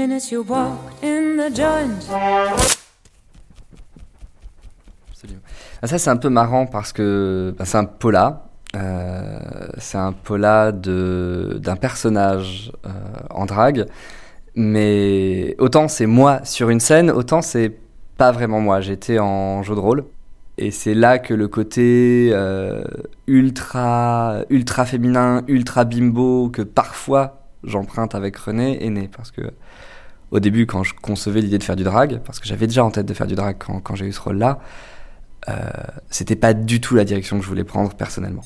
minute you walked in the joint. Absolument. Ça, c'est un peu marrant parce que c'est un polar. C'est un polar d'un personnage en drague. Mais autant c'est moi sur une scène, autant c'est pas vraiment moi. J'étais en jeu de rôle. Et c'est là que le côté ultra féminin, ultra bimbo, que parfois j'emprunte avec René, est né. Parce que au début, quand je concevais l'idée de faire du drag, parce que j'avais déjà en tête de faire du drag quand j'ai eu ce rôle-là, c'était pas du tout la direction que je voulais prendre personnellement.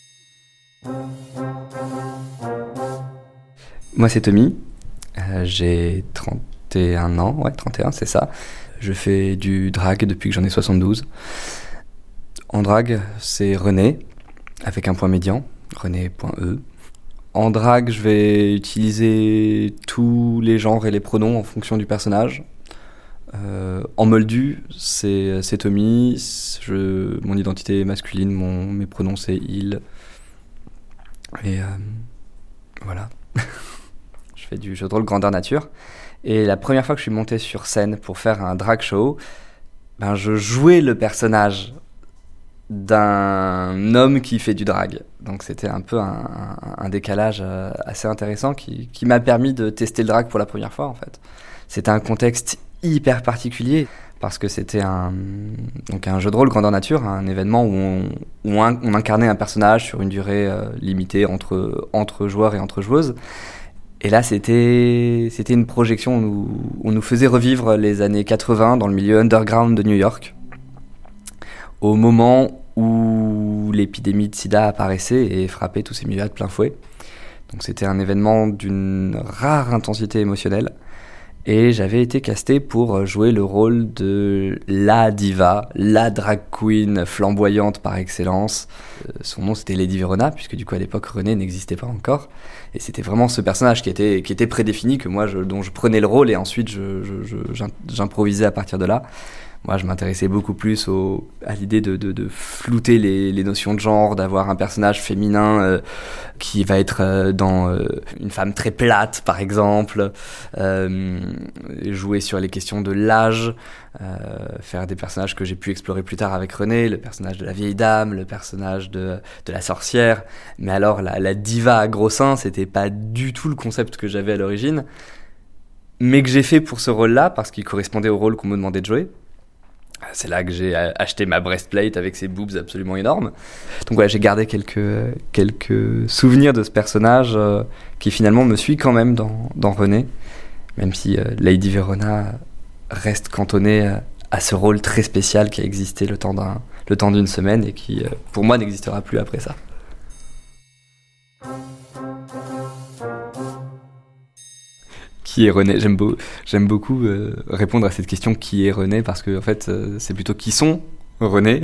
Moi, c'est Tommy. J'ai 31 ans, ouais, 31, c'est ça. Je fais du drag depuis que j'en ai 72. En drag, c'est René, avec un point médian, rené.e. En drag, je vais utiliser tous les genres et les pronoms en fonction du personnage. En moldu, c'est Tommy. Mon identité est masculine, mes pronoms c'est il. Et voilà. Je fais du jeu de rôle grandeur nature. Et la première fois que je suis monté sur scène pour faire un drag show, je jouais le personnage d'un homme qui fait du drag. Donc c'était un peu un décalage assez intéressant qui m'a permis de tester le drag pour la première fois en fait. C'était un contexte hyper particulier parce que c'était un jeu de rôle grandeur nature, un événement où on incarnait un personnage sur une durée limitée entre joueurs et entre joueuses. Et là, c'était une projection où on nous faisait revivre les années 80 dans le milieu underground de New York, au moment où l'épidémie de sida apparaissait et frappait tous ces milieux de plein fouet. Donc c'était un événement d'une rare intensité émotionnelle. Et j'avais été casté pour jouer le rôle de la diva, la drag queen flamboyante par excellence. Son nom c'était Lady Verona, puisque du coup à l'époque René n'existait pas encore. Et c'était vraiment ce personnage qui était prédéfini, dont je prenais le rôle et ensuite j'improvisais à partir de là. Moi, je m'intéressais beaucoup plus à l'idée de flouter les notions de genre, d'avoir un personnage féminin qui va être dans une femme très plate, par exemple, jouer sur les questions de l'âge, faire des personnages que j'ai pu explorer plus tard avec René, le personnage de la vieille dame, le personnage de la sorcière. Mais alors, la diva à gros seins, c'était pas du tout le concept que j'avais à l'origine, mais que j'ai fait pour ce rôle-là, parce qu'il correspondait au rôle qu'on me demandait de jouer. C'est là que j'ai acheté ma breastplate avec ses boobs absolument énormes. Donc ouais, j'ai gardé quelques souvenirs de ce personnage qui finalement me suit quand même dans René, même si Lady Verona reste cantonnée à ce rôle très spécial qui a existé le temps d'une semaine et qui, pour moi, n'existera plus après ça. Qui est René ? J'aime beaucoup répondre à cette question qui est René parce que en fait c'est plutôt qui sont René.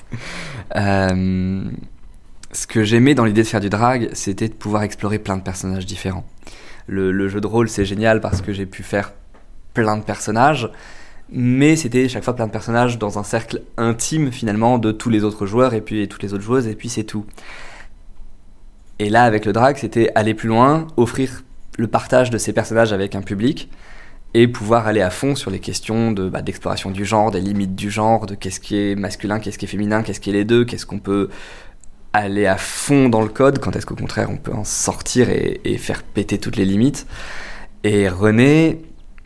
Ce que j'aimais dans l'idée de faire du drag, c'était de pouvoir explorer plein de personnages différents. Le jeu de rôle c'est génial parce que j'ai pu faire plein de personnages, mais c'était chaque fois plein de personnages dans un cercle intime finalement de tous les autres joueurs et puis toutes les autres joueuses et puis c'est tout. Et là avec le drag c'était aller plus loin, offrir le partage de ces personnages avec un public et pouvoir aller à fond sur les questions d'exploration du genre, des limites du genre, de qu'est-ce qui est masculin, qu'est-ce qui est féminin, qu'est-ce qui est les deux, qu'est-ce qu'on peut aller à fond dans le code, quand est-ce qu'au contraire on peut en sortir et faire péter toutes les limites. Et René,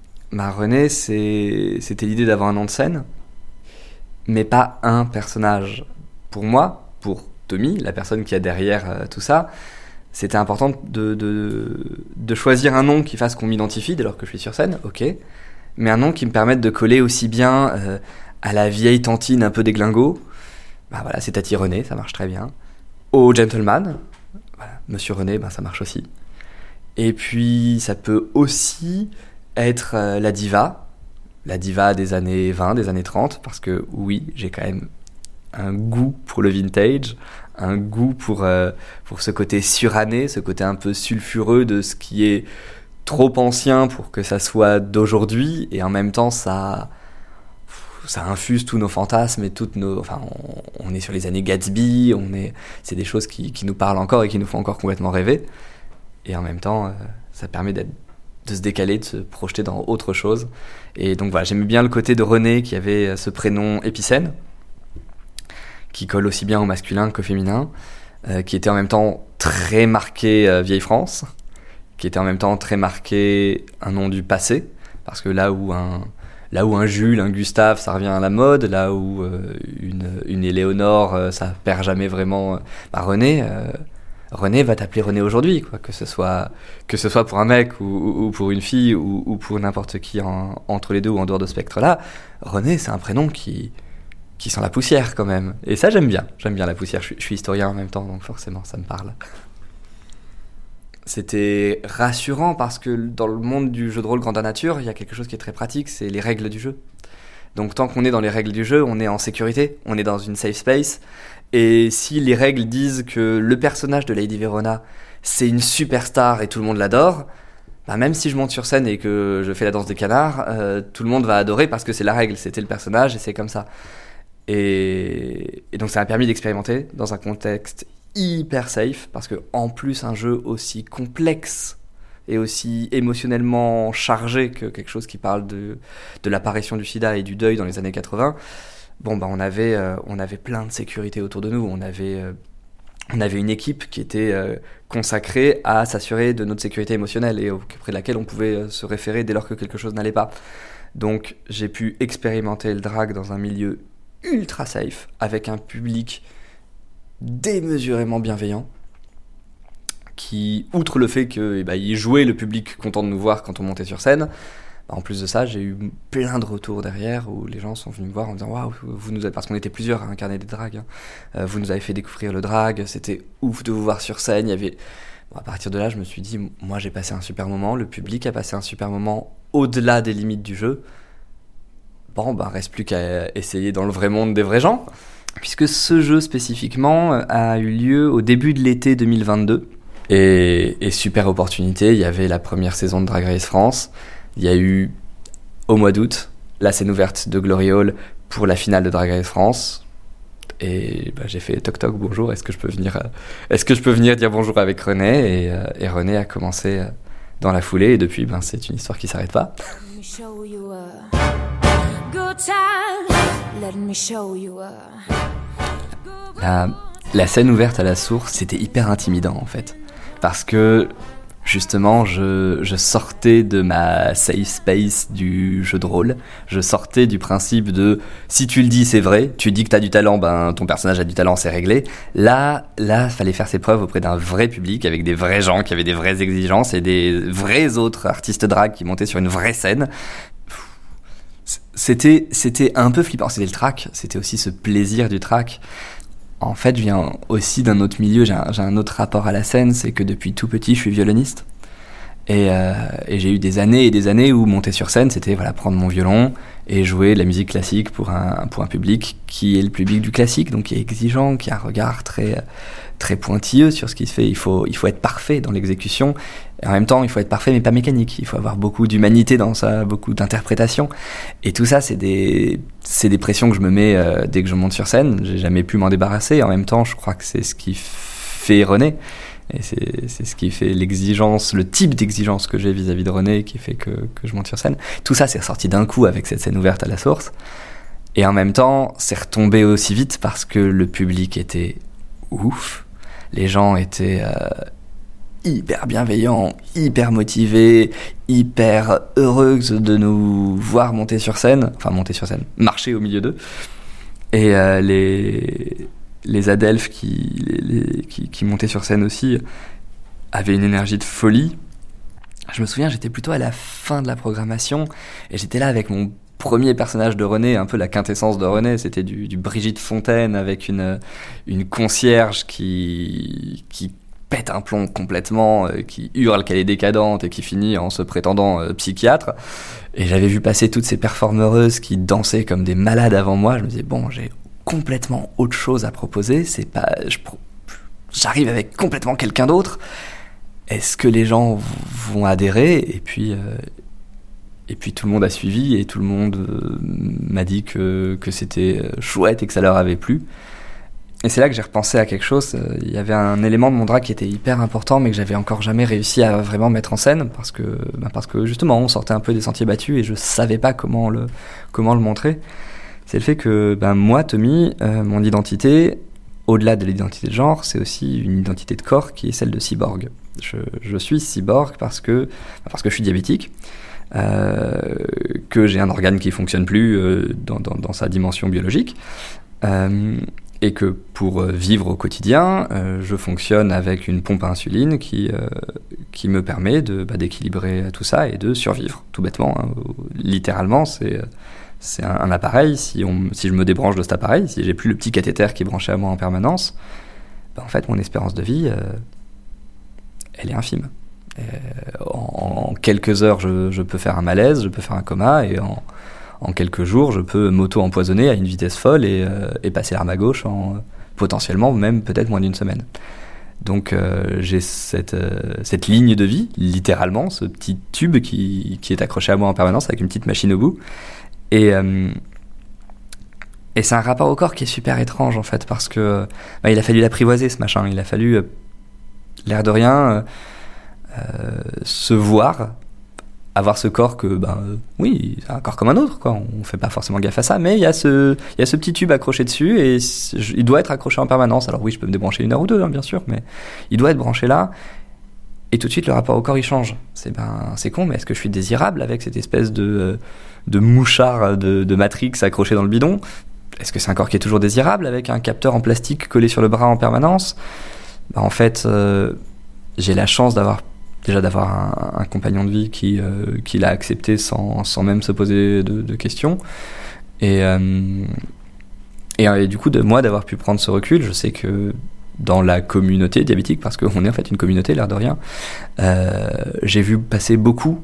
c'était l'idée d'avoir un nom de scène, mais pas un personnage. Pour moi, pour Tommy, la personne qui a derrière tout ça, c'était important de choisir un nom qui fasse qu'on m'identifie dès lors que je suis sur scène, ok, mais un nom qui me permette de coller aussi bien à la vieille tantine un peu déglingo, voilà, c'est Tati René, ça marche très bien, au gentleman, voilà, Monsieur René, ça marche aussi, et puis ça peut aussi être la diva des années 20, des années 30, parce que oui, j'ai quand même un goût pour le vintage, un goût pour ce côté suranné, ce côté un peu sulfureux de ce qui est trop ancien pour que ça soit d'aujourd'hui, et en même temps ça infuse tous nos fantasmes et on est sur les années Gatsby, c'est des choses qui nous parlent encore et qui nous font encore complètement rêver, et en même temps ça permet se décaler, de se projeter dans autre chose. Et donc voilà, j'aimais bien le côté de René qui avait ce prénom épicène, qui colle aussi bien au masculin qu'au féminin, qui était en même temps très marqué vieille France, qui était en même temps très marqué un nom du passé, parce que là où un Jules, un Gustave, ça revient à la mode, là où une Éléonore, ça perd jamais vraiment. René va t'appeler René aujourd'hui, quoi, que ce soit pour un mec ou pour une fille ou pour n'importe qui entre les deux ou en dehors de ce spectre-là. René, c'est un prénom qui sent la poussière quand même. Et ça, j'aime bien la poussière. Je suis historien en même temps, donc forcément, ça me parle. C'était rassurant parce que dans le monde du jeu de rôle grandeur nature, il y a quelque chose qui est très pratique, c'est les règles du jeu. Donc tant qu'on est dans les règles du jeu, on est en sécurité, on est dans une safe space. Et si les règles disent que le personnage de Lady Verona, c'est une superstar et tout le monde l'adore, bah même si je monte sur scène et que je fais la danse des canards, tout le monde va adorer parce que c'est la règle, c'était le personnage et c'est comme ça. Et donc ça m'a permis d'expérimenter dans un contexte hyper safe, parce que en plus un jeu aussi complexe et aussi émotionnellement chargé que quelque chose qui parle de l'apparition du sida et du deuil dans les années 80, on avait plein de sécurité autour de nous. On avait une équipe qui était consacrée à s'assurer de notre sécurité émotionnelle et auprès de laquelle on pouvait se référer dès lors que quelque chose n'allait pas. Donc j'ai pu expérimenter le drag dans un milieu ultra safe, avec un public démesurément bienveillant, qui, outre le fait qu'il jouait le public content de nous voir quand on montait sur scène, en plus de ça, j'ai eu plein de retours derrière où les gens sont venus me voir en me disant waouh, vous nous avez, parce qu'on était plusieurs à incarner des drags, vous nous avez fait découvrir le drag, c'était ouf de vous voir sur scène. À partir de là, je me suis dit, moi j'ai passé un super moment, le public a passé un super moment au-delà des limites du jeu. Reste plus qu'à essayer dans le vrai monde des vrais gens, puisque ce jeu spécifiquement a eu lieu au début de l'été 2022. Et super opportunité, il y avait la première saison de Drag Race France. Il y a eu, au mois d'août, la scène ouverte de Glory Hall pour la finale de Drag Race France. Et j'ai fait toc toc, bonjour, est-ce que je peux venir dire bonjour avec René, et René a commencé dans la foulée, et depuis, c'est une histoire qui s'arrête pas. La scène ouverte à la source, c'était hyper intimidant en fait, parce que justement, je sortais de ma safe space du jeu de rôle. Je sortais du principe de si tu le dis, c'est vrai. Tu dis que t'as du talent, ton personnage a du talent, c'est réglé. Là, fallait faire ses preuves auprès d'un vrai public, avec des vrais gens qui avaient des vraies exigences et des vrais autres artistes drag qui montaient sur une vraie scène. C'était un peu flippant. C'était le track. C'était aussi ce plaisir du track. En fait, je viens aussi d'un autre milieu, j'ai un autre rapport à la scène, c'est que depuis tout petit, je suis violoniste. Et j'ai eu des années et des années où monter sur scène, c'était prendre mon violon et jouer de la musique classique pour un public qui est le public du classique, donc qui est exigeant, qui a un regard très, très pointilleux sur ce qui se fait. Il faut être parfait dans l'exécution. Et en même temps, il faut être parfait mais pas mécanique. Il faut avoir beaucoup d'humanité dans ça, beaucoup d'interprétation. Et tout ça, c'est des pressions que je me mets dès que je monte sur scène. J'ai jamais pu m'en débarrasser. En même temps, je crois que c'est ce qui fait René. Et c'est ce qui fait l'exigence, le type d'exigence que j'ai vis-à-vis de René qui fait que je monte sur scène. Tout ça, c'est ressorti d'un coup avec cette scène ouverte à la source. Et en même temps, c'est retombé aussi vite parce que le public était ouf. Les gens étaient hyper bienveillants, hyper motivés, hyper heureux de nous voir monter sur scène, marcher au milieu d'eux. Et les adelphes qui montaient sur scène aussi avaient une énergie de folie. Je me souviens, j'étais plutôt à la fin de la programmation et j'étais là avec mon premier personnage de René, un peu la quintessence de René. C'était du Brigitte Fontaine avec une concierge qui pète un plomb complètement, qui hurle qu'elle est décadente et qui finit en se prétendant psychiatre. Et j'avais vu passer toutes ces performeuses qui dansaient comme des malades avant moi. Je me disais, j'ai complètement autre chose à proposer. J'arrive avec complètement quelqu'un d'autre. Est-ce que les gens vont adhérer ? Et puis tout le monde a suivi et tout le monde m'a dit que c'était chouette et que ça leur avait plu. Et c'est là que j'ai repensé à quelque chose. Il y avait un élément de mon drag qui était hyper important, mais que j'avais encore jamais réussi à vraiment mettre en scène, parce que justement, on sortait un peu des sentiers battus et je savais pas comment le montrer. C'est le fait que, moi, Tommy, mon identité, au-delà de l'identité de genre, c'est aussi une identité de corps qui est celle de cyborg. Je suis cyborg parce que je suis diabétique, que j'ai un organe qui fonctionne plus dans sa dimension biologique, et que pour vivre au quotidien, je fonctionne avec une pompe à insuline qui me permet d'équilibrer tout ça et de survivre, tout bêtement. Hein. Littéralement, c'est un appareil. Si je me débranche de cet appareil, si j'ai plus le petit cathéter qui est branché à moi en permanence, en fait, mon espérance de vie, elle est infime. En quelques heures, je peux faire un malaise, je peux faire un coma, et en quelques jours, je peux m'auto-empoisonner à une vitesse folle et passer l'arme à gauche en potentiellement même peut-être moins d'une semaine. Donc j'ai cette ligne de vie, littéralement, ce petit tube qui est accroché à moi en permanence avec une petite machine au bout. Et c'est un rapport au corps qui est super étrange en fait, parce que il a fallu l'apprivoiser ce machin, il a fallu, l'air de rien, se voir, avoir ce corps que, oui, c'est un corps comme un autre, quoi. On fait pas forcément gaffe à ça, mais il y a ce petit tube accroché dessus et il doit être accroché en permanence. Alors oui, je peux me débrancher 1 heure ou 2, hein, bien sûr, mais il doit être branché là. Et tout de suite, le rapport au corps, il change. C'est con, mais est-ce que je suis désirable avec cette espèce de mouchard de Matrix accroché dans le bidon ? Est-ce que c'est un corps qui est toujours désirable avec un capteur en plastique collé sur le bras en permanence ? En fait, j'ai la chance d'avoir un compagnon de vie qui l'a accepté sans même se poser de questions. Et du coup, d'avoir pu prendre ce recul, je sais que dans la communauté diabétique, parce qu'on est en fait une communauté, l'air de rien, j'ai vu passer beaucoup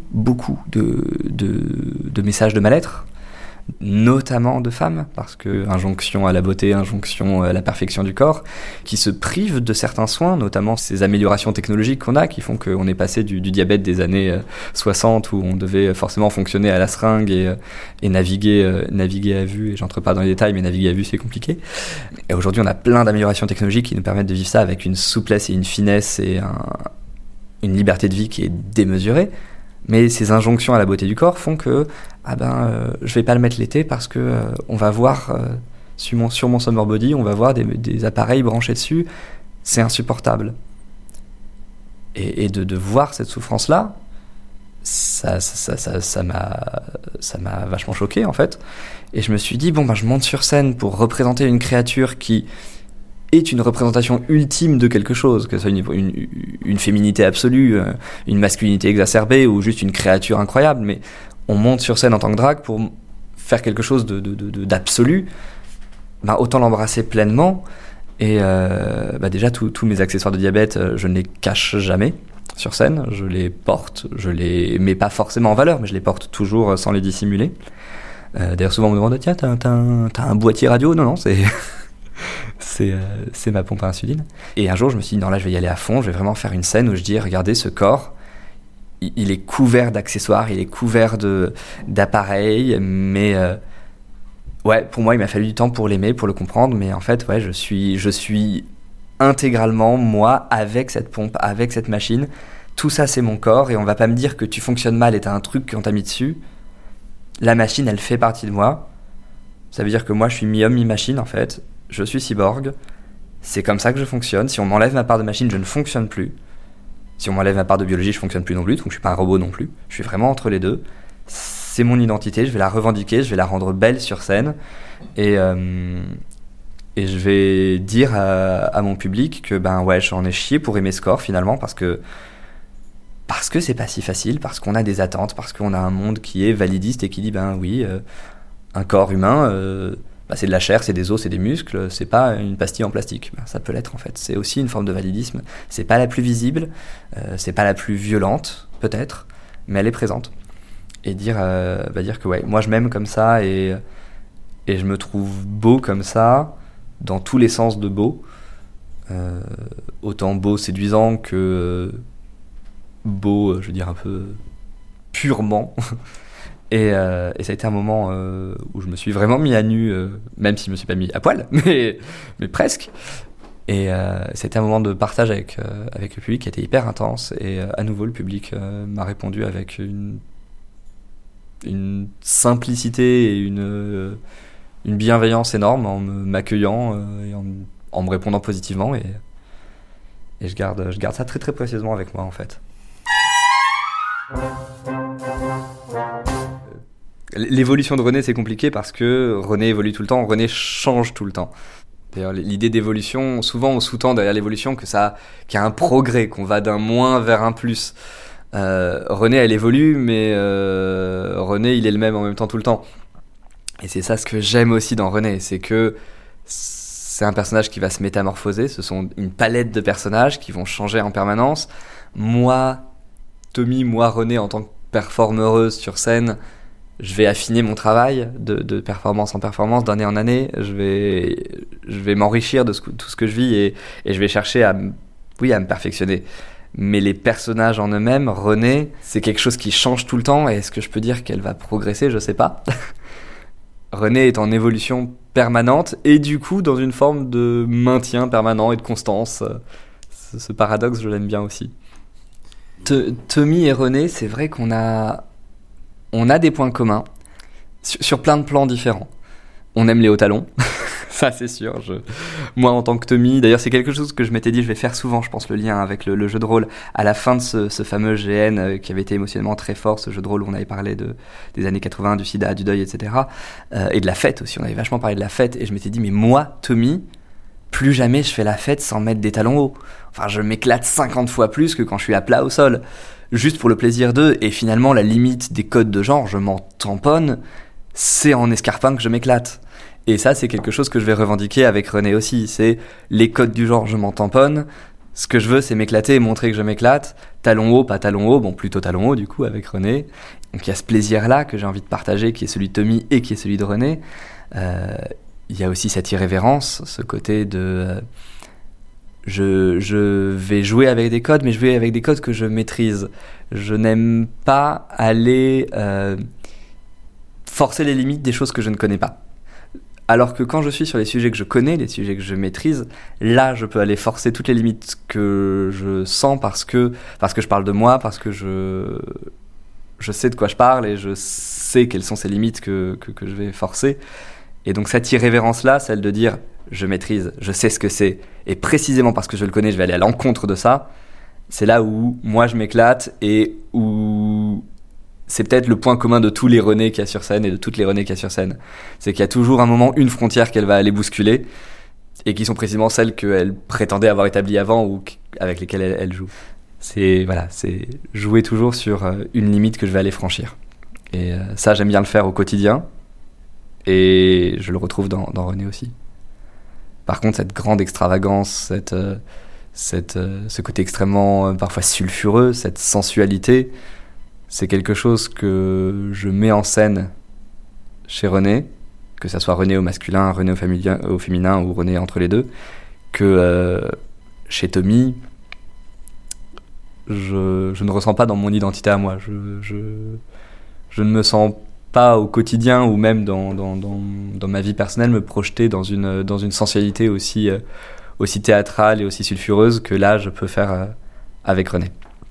de messages de mal-être, notamment de femmes, parce que injonction à la beauté, injonction à la perfection du corps, qui se privent de certains soins, notamment ces améliorations technologiques qu'on a, qui font qu'on est passé du diabète des années 60, où on devait forcément fonctionner à la seringue et naviguer à vue, et j'entre pas dans les détails, mais naviguer à vue c'est compliqué. Et aujourd'hui on a plein d'améliorations technologiques qui nous permettent de vivre ça avec une souplesse et une finesse et une liberté de vie qui est démesurée. Mais ces injonctions à la beauté du corps font que je vais pas le mettre l'été parce que on va voir sur mon summer body, on va voir des appareils branchés dessus, c'est insupportable. Et de voir cette souffrance là, ça m'a vachement choqué en fait. Et je me suis dit je monte sur scène pour représenter une créature qui est une représentation ultime de quelque chose, que ce soit une féminité absolue, une masculinité exacerbée ou juste une créature incroyable, mais on monte sur scène en tant que drag pour faire quelque chose d'absolu, autant l'embrasser pleinement. Et déjà tous mes accessoires de diabète, je ne les cache jamais sur scène, je les porte, je les mets pas forcément en valeur, mais je les porte toujours sans les dissimuler. D'ailleurs souvent on me demande tiens t'as un boîtier radio? Non c'est ma pompe à insuline. Et un jour je me suis dit non, là je vais y aller à fond, je vais vraiment faire une scène où je dis regardez ce corps, il est couvert d'accessoires, il est couvert d'appareils, mais pour moi il m'a fallu du temps pour l'aimer, pour le comprendre, mais en fait je suis intégralement moi avec cette pompe, avec cette machine. Tout ça c'est mon corps, et on va pas me dire que tu fonctionnes mal et t'as un truc qu'on t'a mis dessus. La machine elle fait partie de moi, ça veut dire que moi je suis mi-homme mi-machine en fait. Je suis cyborg, c'est comme ça que je fonctionne. Si on m'enlève ma part de machine, je ne fonctionne plus. Si on m'enlève ma part de biologie, je ne fonctionne plus non plus, donc je ne suis pas un robot non plus. Je suis vraiment entre les deux. C'est mon identité, je vais la revendiquer, je vais la rendre belle sur scène. Et je vais dire à mon public que j'en ai chié pour aimer ce corps finalement, parce que c'est pas si facile, parce qu'on a des attentes, parce qu'on a un monde qui est validiste et qui dit un corps humain... c'est de la chair, c'est des os, c'est des muscles, c'est pas une pastille en plastique. Ça peut l'être en fait. C'est aussi une forme de validisme. C'est pas la plus visible, c'est pas la plus violente peut-être, mais elle est présente. Et dire que moi je m'aime comme ça et je me trouve beau comme ça, dans tous les sens de beau. Autant beau séduisant que beau, je veux dire un peu purement. Et ça a été un moment où je me suis vraiment mis à nu, même si je me suis pas mis à poil, mais presque. Et c'était un moment de partage avec le public qui était hyper intense. Et à nouveau, le public m'a répondu avec une simplicité et une bienveillance énorme en m'accueillant et en me répondant positivement. Et je garde ça très très précieusement avec moi en fait. L'évolution de René, c'est compliqué parce que René évolue tout le temps, René change tout le temps. D'ailleurs, l'idée d'évolution, souvent on sous-tend derrière l'évolution qu'il y a un progrès, qu'on va d'un moins vers un plus. René, elle évolue, mais René, il est le même en même temps tout le temps. Et c'est ça ce que j'aime aussi dans René, c'est que c'est un personnage qui va se métamorphoser, ce sont une palette de personnages qui vont changer en permanence. Moi, René, en tant que performeuse sur scène, je vais affiner mon travail de performance en performance, d'année en année. Je vais m'enrichir de tout ce que je vis et je vais chercher à me perfectionner. Mais les personnages en eux-mêmes, René, c'est quelque chose qui change tout le temps. Et est-ce que je peux dire qu'elle va progresser ? Je sais pas. René est en évolution permanente et du coup dans une forme de maintien permanent et de constance. Ce paradoxe, je l'aime bien aussi. Tommy et René, c'est vrai qu'on a des points communs sur plein de plans différents. On aime les hauts talons, ça c'est sûr. Moi en tant que Tommy, d'ailleurs c'est quelque chose que je m'étais dit je vais faire souvent, je pense, le lien avec le jeu de rôle. À la fin de ce fameux GN qui avait été émotionnellement très fort, ce jeu de rôle où on avait parlé des années 80, du sida, du deuil, etc. Et de la fête aussi, on avait vachement parlé de la fête. Et je m'étais dit mais moi, Tommy, plus jamais je fais la fête sans mettre des talons hauts. Enfin je m'éclate 50 fois plus que quand je suis à plat au sol. Juste pour le plaisir d'eux, et finalement la limite des codes de genre, je m'en tamponne, c'est en escarpin que je m'éclate. Et ça c'est quelque chose que je vais revendiquer avec René aussi, c'est les codes du genre, je m'en tamponne, ce que je veux c'est m'éclater et montrer que je m'éclate, talons hauts, pas talons hauts, bon plutôt talons hauts du coup avec René. Donc il y a ce plaisir là que j'ai envie de partager, qui est celui de Tommy et qui est celui de René. Il y a aussi cette irrévérence, ce côté de... Je vais jouer avec des codes, mais je vais avec des codes que je maîtrise. Je n'aime pas aller forcer les limites des choses que je ne connais pas. Alors que quand je suis sur les sujets que je connais, les sujets que je maîtrise, là je peux aller forcer toutes les limites que je sens parce que je parle de moi, parce que je sais de quoi je parle et je sais quelles sont ces limites que je vais forcer. Et donc cette irrévérence-là, celle de dire je maîtrise, je sais ce que c'est, et précisément parce que je le connais, je vais aller à l'encontre de ça, c'est là où moi je m'éclate et où c'est peut-être le point commun de tous les René qu'il y a sur scène et de toutes les René qu'il y a sur scène. C'est qu'il y a toujours un moment, une frontière qu'elle va aller bousculer et qui sont précisément celles qu'elle prétendait avoir établies avant ou avec lesquelles elle joue. C'est jouer toujours sur une limite que je vais aller franchir. Et ça, j'aime bien le faire au quotidien et je le retrouve dans René aussi. Par contre, cette grande extravagance, ce côté extrêmement parfois sulfureux, cette sensualité, c'est quelque chose que je mets en scène chez René, que ça soit René au masculin, René au féminin ou René entre les deux, que chez Tommy, je ne ressens pas dans mon identité à moi. Je ne me sens pas au quotidien ou même dans ma vie personnelle me projeter dans une sensualité aussi théâtrale et aussi sulfureuse que là je peux faire avec René.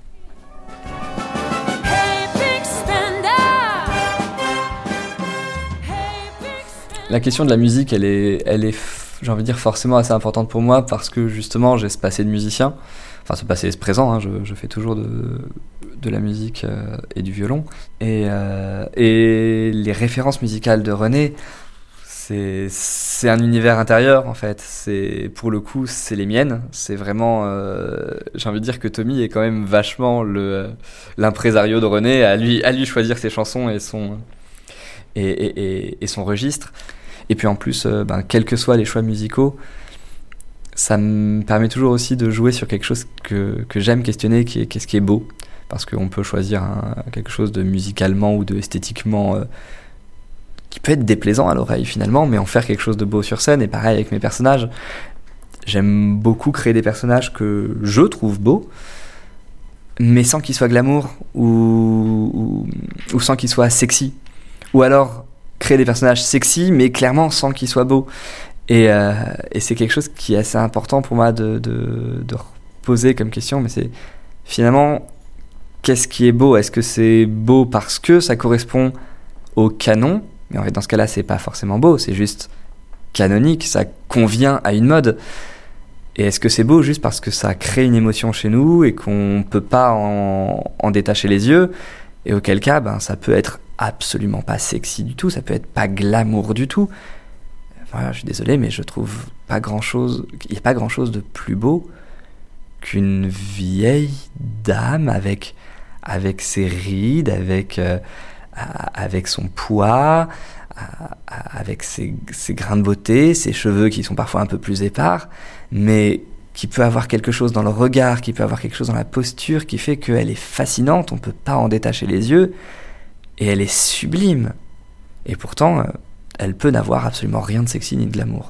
La question de la musique, elle est, j'ai envie de dire, forcément assez importante pour moi parce que justement j'ai ce passé de musicien, enfin ce passé, ce présent, hein, je fais toujours de la musique et du violon. Et les références musicales de René, c'est un univers intérieur en fait. Pour le coup, c'est les miennes. C'est vraiment, j'ai envie de dire que Tommy est quand même vachement l'impresario de René, à lui choisir ses chansons et son registre. Et puis en plus, quels que soient les choix musicaux, ça me permet toujours aussi de jouer sur quelque chose que j'aime questionner, qu'est-ce qui est beau. Parce qu'on peut choisir quelque chose de musicalement ou de esthétiquement qui peut être déplaisant à l'oreille finalement, mais en faire quelque chose de beau sur scène. Et pareil avec mes personnages, j'aime beaucoup créer des personnages que je trouve beaux, mais sans qu'ils soient glamour ou sans qu'ils soient sexy. Ou alors créer des personnages sexy, mais clairement sans qu'ils soient beaux. Et c'est quelque chose qui est assez important pour moi de poser comme question, mais c'est finalement, qu'est-ce qui est beau ? Est-ce que c'est beau parce que ça correspond au canon ? Mais en fait, dans ce cas-là, c'est pas forcément beau, c'est juste canonique, ça convient à une mode. Et est-ce que c'est beau juste parce que ça crée une émotion chez nous et qu'on peut pas en détacher les yeux ? Et auquel cas, ça peut être absolument pas sexy du tout, ça peut être pas glamour du tout. Voilà, je suis désolé, mais je trouve pas grand-chose, il n'y a pas grand-chose de plus beau qu'une vieille dame avec ses rides, avec son poids, avec ses grains de beauté, ses cheveux qui sont parfois un peu plus épars, mais qui peut avoir quelque chose dans le regard, qui peut avoir quelque chose dans la posture, qui fait qu'elle est fascinante, on ne peut pas en détacher les yeux, et elle est sublime. Et pourtant, elle peut n'avoir absolument rien de sexy ni de glamour.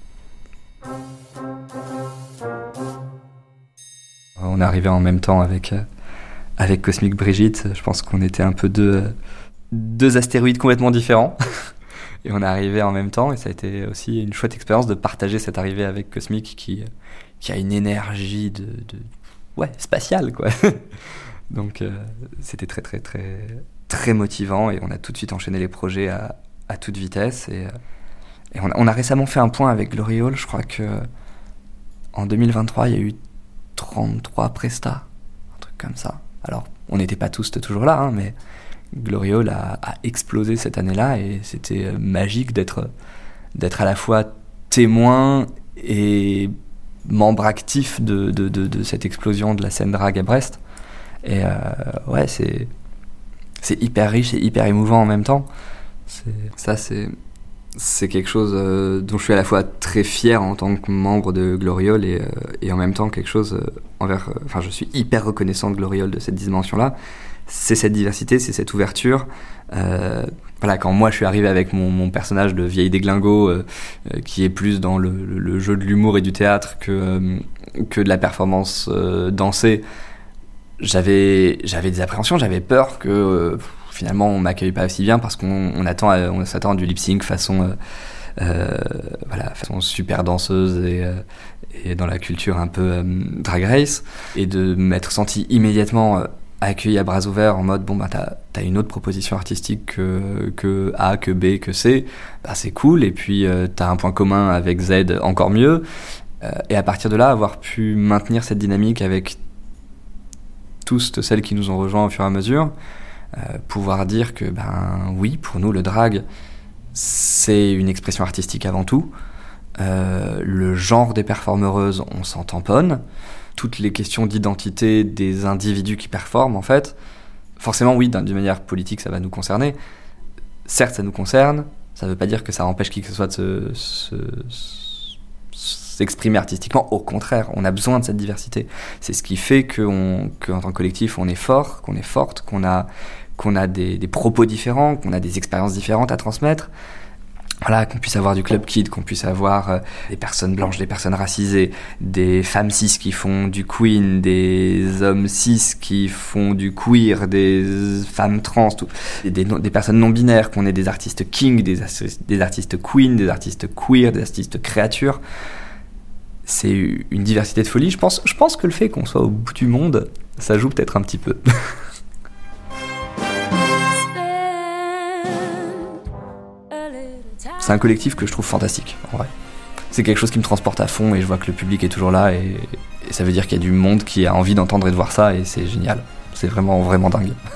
On est arrivé en même temps avec Cosmic Brigitte. Je pense qu'on était un peu deux astéroïdes complètement différents. Et on est arrivé en même temps. Et ça a été aussi une chouette expérience de partager cette arrivée avec Cosmic qui a une énergie spatiale, quoi. Donc c'était très, très, très, très motivant. Et on a tout de suite enchaîné les projets à toute vitesse. Et on a récemment fait un point avec Gloriole. Je crois que en 2023, il y a eu 33 prestats, un truc comme ça. Alors, on n'était pas tous toujours là, mais Gloriole a explosé cette année-là et c'était magique d'être à la fois témoin et membre actif de cette explosion de la scène drag à Brest. Et c'est hyper riche et hyper émouvant en même temps. C'est quelque chose dont je suis à la fois très fier en tant que membre de Gloriole et en même temps quelque chose je suis hyper reconnaissant de Gloriole de cette dimension-là. C'est cette diversité, c'est cette ouverture. Quand moi je suis arrivé avec mon personnage de vieille déglingo qui est plus dans le jeu de l'humour et du théâtre que de la performance dansée, j'avais des appréhensions, j'avais peur que finalement on m'accueille pas aussi bien parce qu'on s'attend à du lip sync façon super danseuse et dans la culture un peu Drag Race, et de m'être senti immédiatement accueilli à bras ouverts en mode t'as une autre proposition artistique que A, que B, que C, c'est cool, et puis t'as un point commun avec Z, encore mieux, et à partir de là avoir pu maintenir cette dynamique avec tous celles qui nous ont rejoints au fur et à mesure, pouvoir dire que oui, pour nous le drag c'est une expression artistique avant tout, le genre des performeuses on s'en tamponne, toutes les questions d'identité des individus qui performent en fait, forcément oui, d'une manière politique ça va nous concerner, certes ça nous concerne, ça veut pas dire que ça empêche qui que ce soit de s'exprimer artistiquement, au contraire, on a besoin de cette diversité. C'est ce qui fait qu'en tant que collectif, on est fort, qu'on est forte, qu'on a des propos différents, qu'on a des expériences différentes à transmettre. Voilà, qu'on puisse avoir du club kid, qu'on puisse avoir des personnes blanches, des personnes racisées, des femmes cis qui font du queen, des hommes cis qui font du queer, des femmes trans, des personnes non binaires, qu'on ait des artistes king, des artistes queen, des artistes queer, des artistes créatures. C'est une diversité de folie. Je pense que le fait qu'on soit au bout du monde, ça joue peut-être un petit peu. C'est un collectif que je trouve fantastique, en vrai. C'est quelque chose qui me transporte à fond et je vois que le public est toujours là et ça veut dire qu'il y a du monde qui a envie d'entendre et de voir ça et c'est génial. C'est vraiment, vraiment dingue.